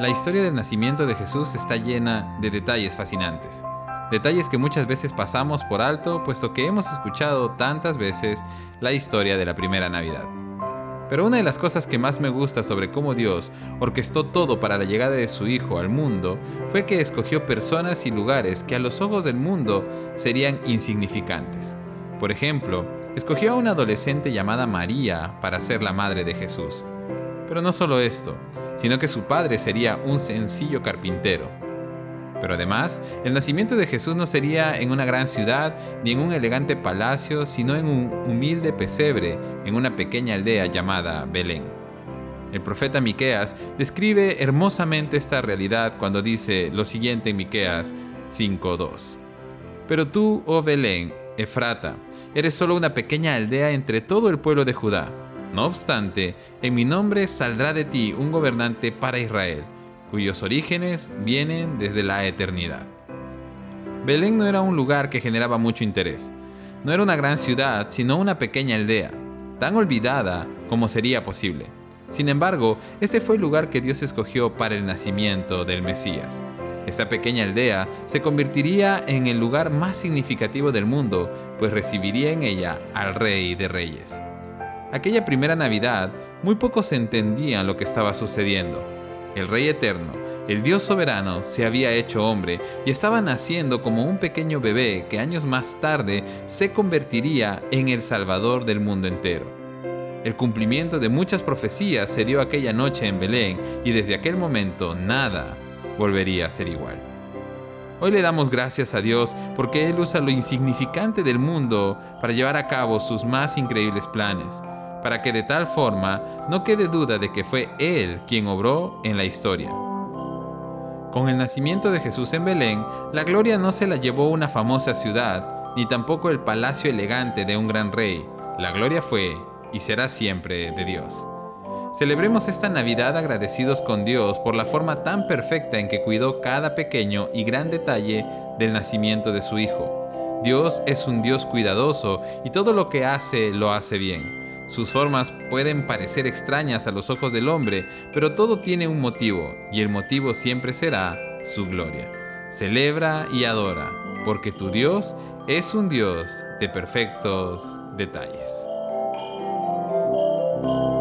La historia del nacimiento de Jesús está llena de detalles fascinantes. Detalles que muchas veces pasamos por alto, puesto que hemos escuchado tantas veces la historia de la primera Navidad. Pero una de las cosas que más me gusta sobre cómo Dios orquestó todo para la llegada de su Hijo al mundo fue que escogió personas y lugares que a los ojos del mundo serían insignificantes. Por ejemplo, escogió a una adolescente llamada María para ser la madre de Jesús. Pero no solo esto, sino que su padre sería un sencillo carpintero. Pero además, el nacimiento de Jesús no sería en una gran ciudad ni en un elegante palacio, sino en un humilde pesebre en una pequeña aldea llamada Belén. El profeta Miqueas describe hermosamente esta realidad cuando dice lo siguiente en Miqueas 5:2. Pero tú, oh Belén, Efrata, eres solo una pequeña aldea entre todo el pueblo de Judá. No obstante, en mi nombre saldrá de ti un gobernante para Israel, cuyos orígenes vienen desde la eternidad. Belén no era un lugar que generaba mucho interés. No era una gran ciudad, sino una pequeña aldea, tan olvidada como sería posible. Sin embargo, este fue el lugar que Dios escogió para el nacimiento del Mesías. Esta pequeña aldea se convertiría en el lugar más significativo del mundo, pues recibiría en ella al Rey de Reyes. Aquella primera Navidad, muy pocos entendían lo que estaba sucediendo. El Rey Eterno, el Dios soberano, se había hecho hombre y estaba naciendo como un pequeño bebé que años más tarde se convertiría en el Salvador del mundo entero. El cumplimiento de muchas profecías se dio aquella noche en Belén y desde aquel momento nada volvería a ser igual. Hoy le damos gracias a Dios porque Él usa lo insignificante del mundo para llevar a cabo sus más increíbles planes, para que de tal forma no quede duda de que fue Él quien obró en la historia. Con el nacimiento de Jesús en Belén, la gloria no se la llevó una famosa ciudad, ni tampoco el palacio elegante de un gran rey. La gloria fue y será siempre de Dios. Celebremos esta Navidad agradecidos con Dios por la forma tan perfecta en que cuidó cada pequeño y gran detalle del nacimiento de su Hijo. Dios es un Dios cuidadoso y todo lo que hace lo hace bien. Sus formas pueden parecer extrañas a los ojos del hombre, pero todo tiene un motivo, y el motivo siempre será su gloria. Celebra y adora, porque tu Dios es un Dios de perfectos detalles.